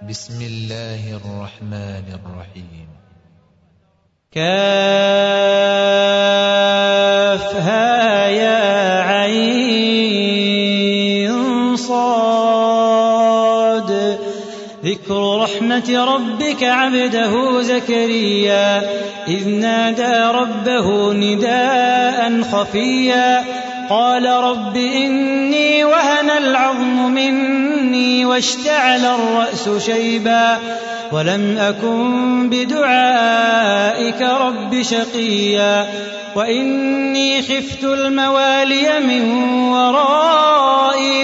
بسم الله الرحمن الرحيم. كافها يا عين صاد. ذكر رحمة ربك عبده زكريا إذ نادى ربه نداء خفيا قال رب إني وهن العظم مني واشتعل الرأس شيبا ولم أكن بدعائك رب شقيا وإني خفت الموالي من ورائي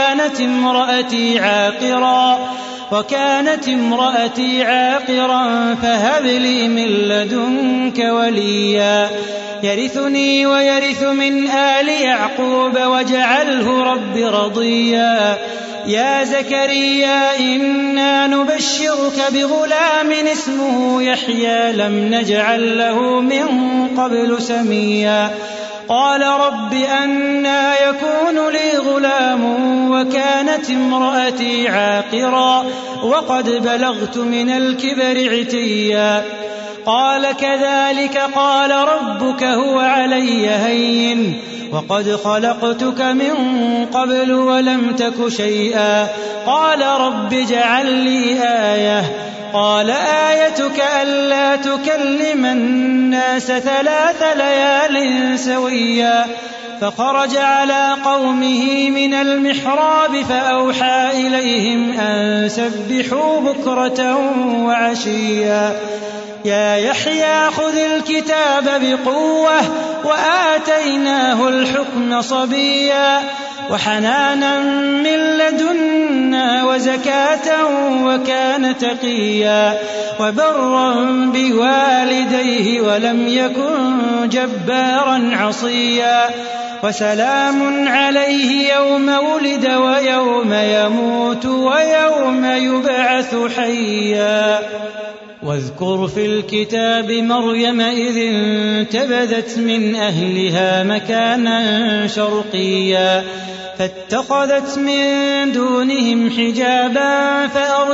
وكانت امرأتي عاقرا فهب لي من لدنك وليا يرثني ويرث من آل يعقوب واجعله رب رضيا يا زكريا إنا نبشرك بغلام اسمه يحيى لم نجعل له من قبل سميا قال رب أنى يكون لي غلام وكانت امرأتي عاقرا وقد بلغت من الكبر عتيا قال كذلك قال ربك هو علي هين وقد خلقتك من قبل ولم تك شيئا قال رب اجعل لي آية قال آيتك ألا تكلم الناس 3 ليال سويا فخرج على قومه من المحراب فأوحى إليهم أن سبحوا بكرة وعشيا يا يحيى خذ الكتاب بقوة وآتيناه الحكم صبيا وحنانا من لدنا وزكاة وكان تقيا وبرا بوالديه ولم يكن جبارا عصيا وسلام عليه يوم ولد ويوم يموت ويوم يبعث حيا واذكر في الكتاب مريم إذ انتبذت من أهلها مكانا شرقيا فاتخذت من دونهم حجابا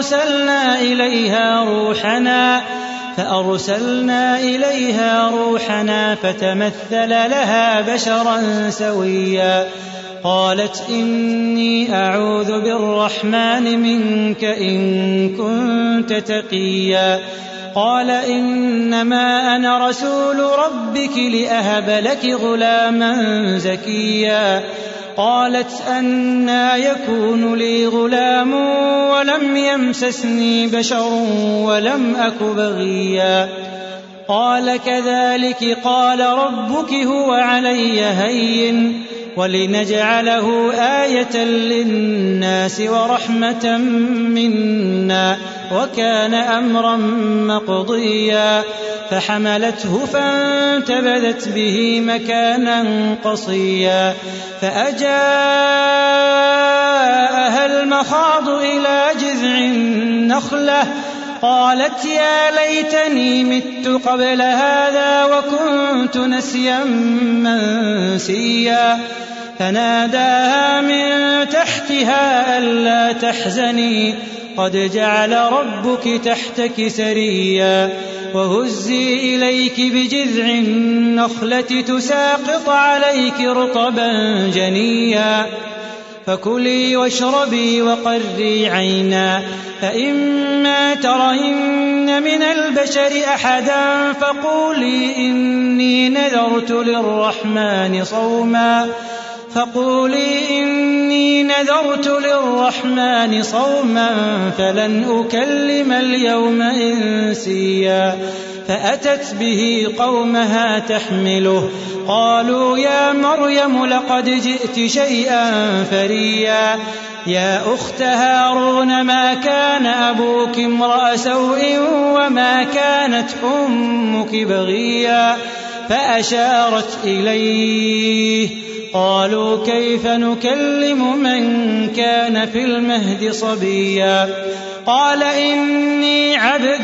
فأرسلنا إليها روحنا فتمثل لها بشرا سويا قالت إني أعوذ بالرحمن منك إن كنت تقيا قال إنما أنا رسول ربك لأهب لك غلاما زكيا قالت أنى يكون لي غلام ولم يمسسني بشر ولم أك بغيا قال كذلك قال ربك هو علي هين ولنجعله آية للناس ورحمة منا وكان أمرا مقضيا فحملته فانتبذت به مكانا قصيا فأجاءها المخاض إلى جذع النخلة قالت يا ليتني مت قبل هذا وكنت نسيا منسيا فناداها من تحتها ألا تحزني قد جعل ربك تحتك سريا وهزي إليك بجذع النخلة تساقط عليك رطبا جنيا فكلي واشربي وقري عينا فإما ترين من البشر أحدا فقولي إني نذرت للرحمن صوما فلن أكلم اليوم إنسيا فأتت به قومها تحمله قالوا يا مريم لقد جئت شيئا فريا يا أخت هارون ما كان أبوك امرأ سوء وما كانت أمك بغيا فأشارت إليه قالوا كيف نكلم من كان في المهد صبيا قال إني عبد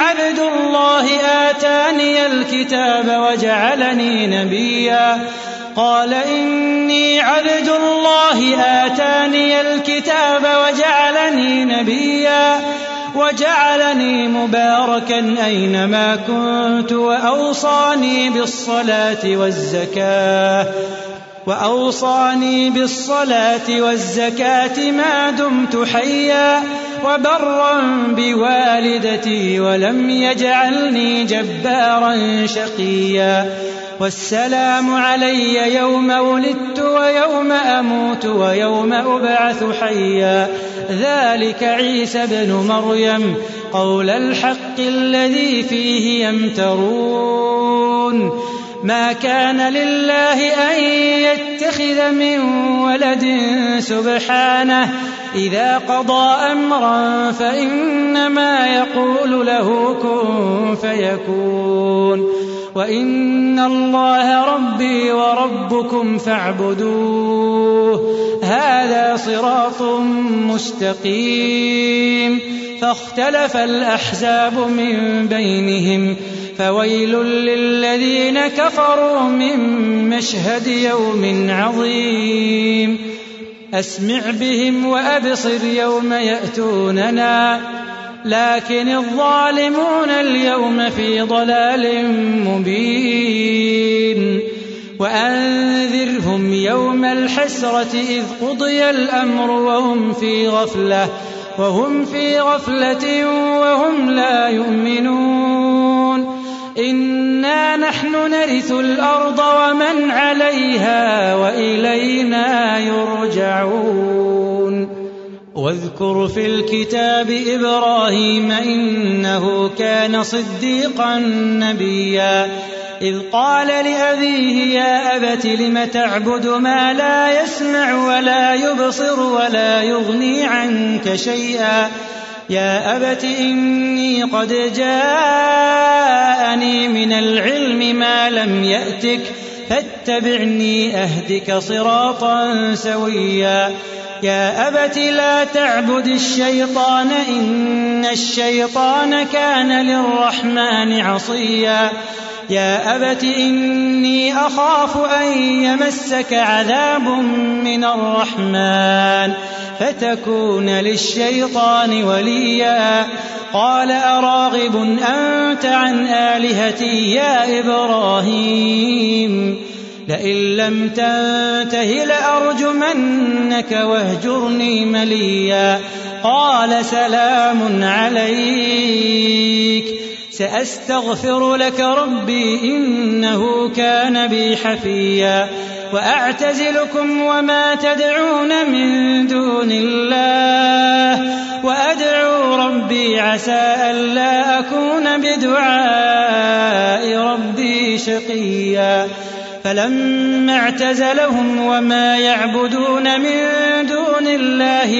الله آتاني الكتاب وجعلني نبيا قال إني عبد الله آتاني الكتاب وجعلني نبيا وجعلني مباركا أينما كنت وأوصاني بالصلاة والزكاة ما دمت حيا وبرا بوالدتي ولم يجعلني جبارا شقيا والسلام علي يوم ولدت ويوم أموت ويوم أبعث حيا ذلك عيسى ابن مريم قول الحق الذي فيه يمترون ما كان لله أن يتخذ من ولد سبحانه إذا قضى أمرا فإنما يقول له كن فيكون وإن الله ربي وربكم فاعبدوه هذا صراط مستقيم فاختلف الأحزاب من بينهم فويل للذين كفروا من مشهد يوم عظيم أسمع بهم وأبصر يوم يأتوننا لكن الظالمون اليوم في ضلال مبين وأنذرهم يوم الحسرة إذ قضي الأمر وهم في غفلة وهم لا يؤمنون إنا نحن نرث الأرض ومن عليها وإلينا يرجعون واذكر في الكتاب إبراهيم إنه كان صديقا نبيا إذ قال لأبيه يا أبت لم تعبد ما لا يسمع ولا يبصر ولا يغني عنك شيئا يا أبت إني قد جاءني من العلم ما لم يأتك فاتبعني أهدك صراطا سويا يا أبت لا تعبد الشيطان إن الشيطان كان للرحمن عصيا يا أبت إني أخاف أن يمسك عذاب من الرحمن فتكون للشيطان وليا قال أراغب أنت عن آلهتي يا إبراهيم لئن لم تنته لأرجمنك واهجرني مليا قال سلام عليك سأستغفر لك ربي إنه كان بي حفيا وأعتزلكم وما تدعون من دون الله وأدعو ربي عسى ألا أكون بدعاء ربي شقيا فلما اعتزلهم وما يعبدون من دون الله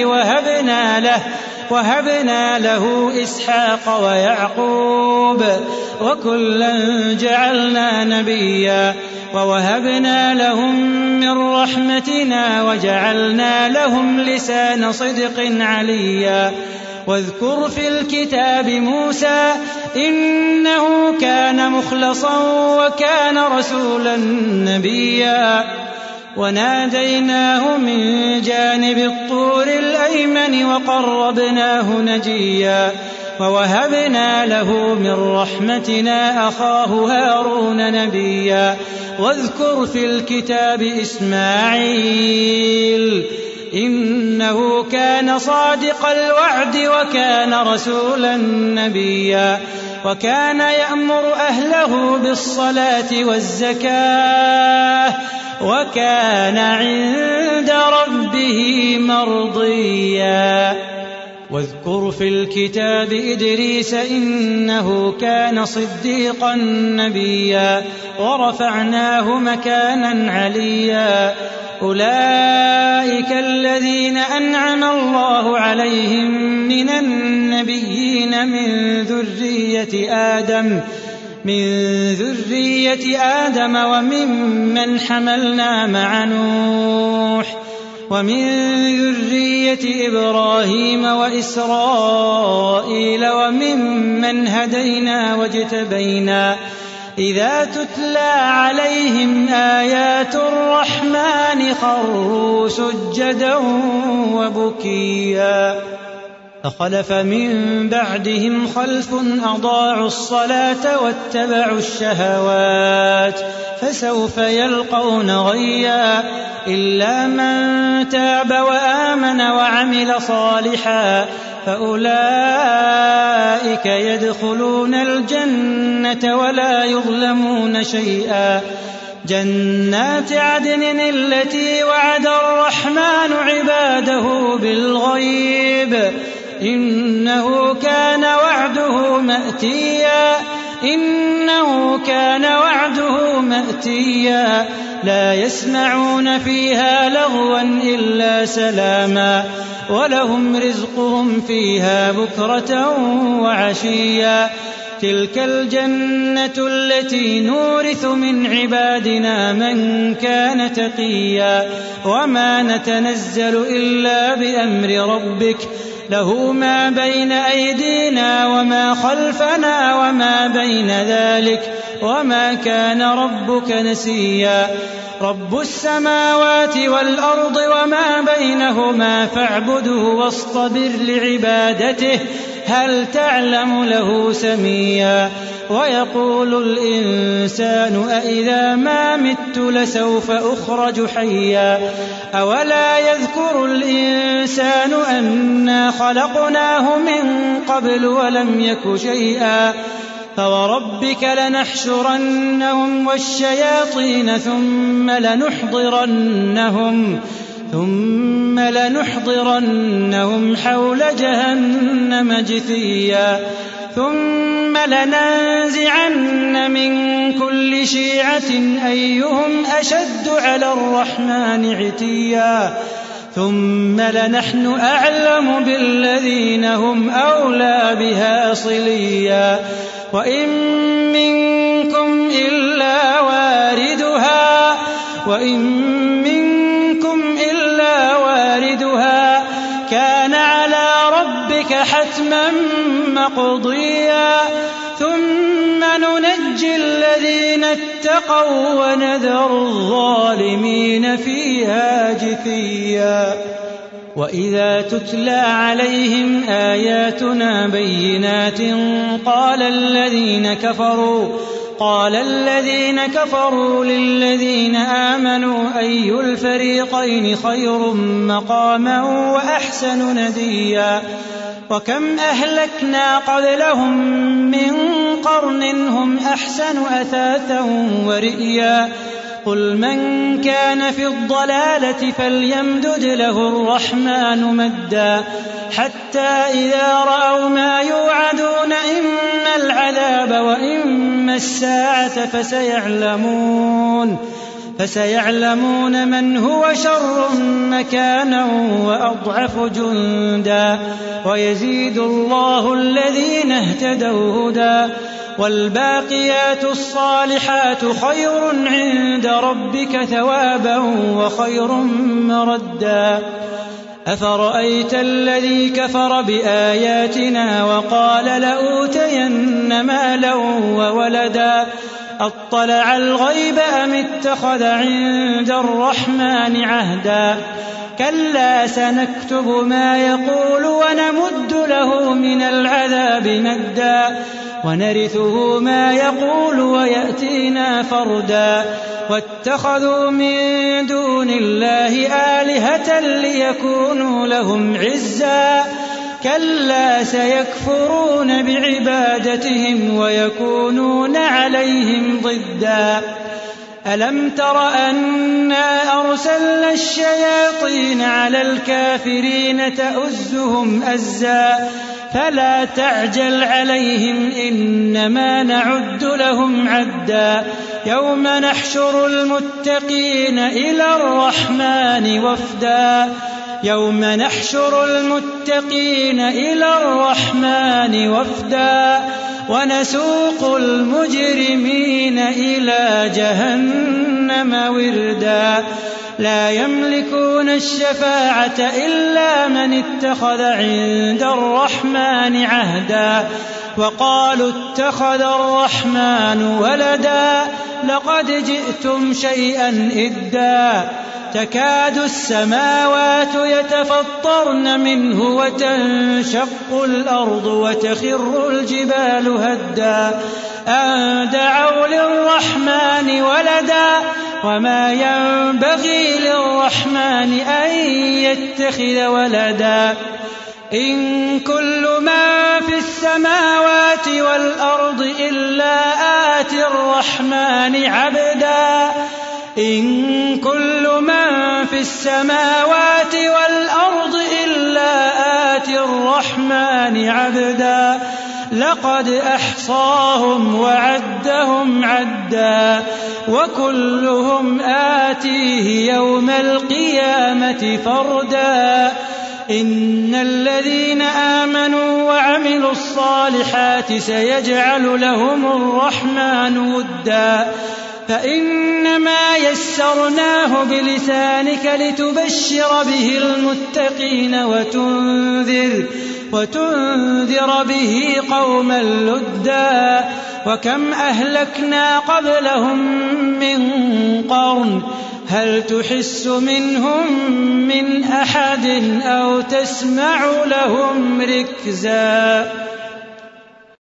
وهبنا له إسحاق ويعقوب وكلا جعلنا نبيا ووهبنا لهم من رحمتنا وجعلنا لهم لسان صدق عليا واذكر في الكتاب موسى إنه كان مخلصا وكان رسولا نبيا وناديناه من جانب الطور الأيمن وقربناه نجيا ووهبنا له من رحمتنا أخاه هارون نبيا واذكر في الكتاب إسماعيل إنه كان صادق الوعد وكان رسولا نبيا وكان يأمر أهله بالصلاة والزكاة وكان عند ربه مرضيا واذكر في الكتاب إدريس إنه كان صديقا نبيا ورفعناه مكانا عليا أولئك الذين أنعم الله عليهم من النبيين من ذرية آدم وممن حملنا مع نوح ومن ذرية إبراهيم وإسرائيل وممن هدينا واجتبينا إذا تتلى عليهم آيات الرحمن خروا سجدا وبكيا فخلف من بعدهم خلف أضاعوا الصلاة واتبعوا الشهوات فسوف يلقون غيا إلا من تاب وآمن وعمل صالحا فأولئك يدخلون الجنة ولا يظلمون شيئا جنات عدن التي وعد الرحمن عباده بالغيب إنه كان وعده مأتيا لا يسمعون فيها لغوا إلا سلاما ولهم رزقهم فيها بكرة وعشيا تلك الجنة التي نورث من عبادنا من كان تقيا وما نتنزل إلا بأمر ربك له ما بين أيدينا وما خلفنا وما بين ذلك وما كان ربك نسيا رب السماوات والأرض وما بينهما فاعبده واصطبر لعبادته هل تعلم له سميا ويقول الإنسان أإذا ما مت لسوف أخرج حيا أولا يذكر الإنسان أنا خلقناه من قبل ولم يك شيئا فوربك لنحشرنهم والشياطين ثم لنحضرنهم حول جهنم جثيا ثم لننزعن من كل شيعة أيهم أشد على الرحمن عتيا ثم لنحن أعلم بالذين هم أولى بها صليا وإن منكم إلا واردها كان على ربك حتما مقضيا ثم ننجي الذين اتقوا ونذر الظالمين فيها جثيا وإذا تتلى عليهم آياتنا بينات قال الذين كفروا للذين آمنوا أي الفريقين خير مقاما وأحسن نديا وكم أهلكنا قبلهم من قرن هم أحسن أثاثا ورئيا قل من كان في الضلالة فليمدد له الرحمن مدا حتى إذا رأوا ما يوعدون إما العذاب وإما الساعة فسيعلمون من هو شر مكانا وأضعف جندا ويزيد الله الذين اهتدوا هدى والباقيات الصالحات خير عند ربك ثوابا وخير مردا أفرأيت الذي كفر بآياتنا وقال لأوتين مالا وولدا أطلع الغيب أم اتخذ عند الرحمن عهدا كلا سنكتب ما يقول ونمد له من العذاب مدا ونرثه ما يقول ويأتينا فردا واتخذوا من دون الله آلهة ليكونوا لهم عزا كلا سيكفرون بعبادتهم ويكونون عليهم ضدا ألم تر أنا أرسلنا الشياطين على الكافرين تؤزهم أزا فلا تعجل عليهم إنما نعد لهم عدا يوم نحشر المتقين إلى الرحمن وفدا ونسوق المجرمين إلى جهنم وردا لا يملكون الشفاعة إلا من اتخذ عند الرحمن عهدا وقالوا اتخذ الرحمن ولدا لقد جئتم شيئا إدا تكاد السماوات يتفطرن منه وتنشق الأرض وتخر الجبال هدا أن دعوا للرحمن ولدا وما ينبغي للرحمن أن يتخذ ولدا إن كل من في السماوات والأرض إلا آتي الرحمن عبدا إن كل من في السماوات والأرض إلا آتي الرحمن عبدا لقد أحصاهم وعدهم عدا وكلهم آتيه يوم القيامة فردا إن الذين آمنوا وعملوا الصالحات سيجعل لهم الرحمن ودا فإنما يسرناه بلسانك لتبشر به المتقين وتنذر به قوما لدا وكم أهلكنا قبلهم من قرن هل تحس منهم من أحد أو تسمع لهم ركزا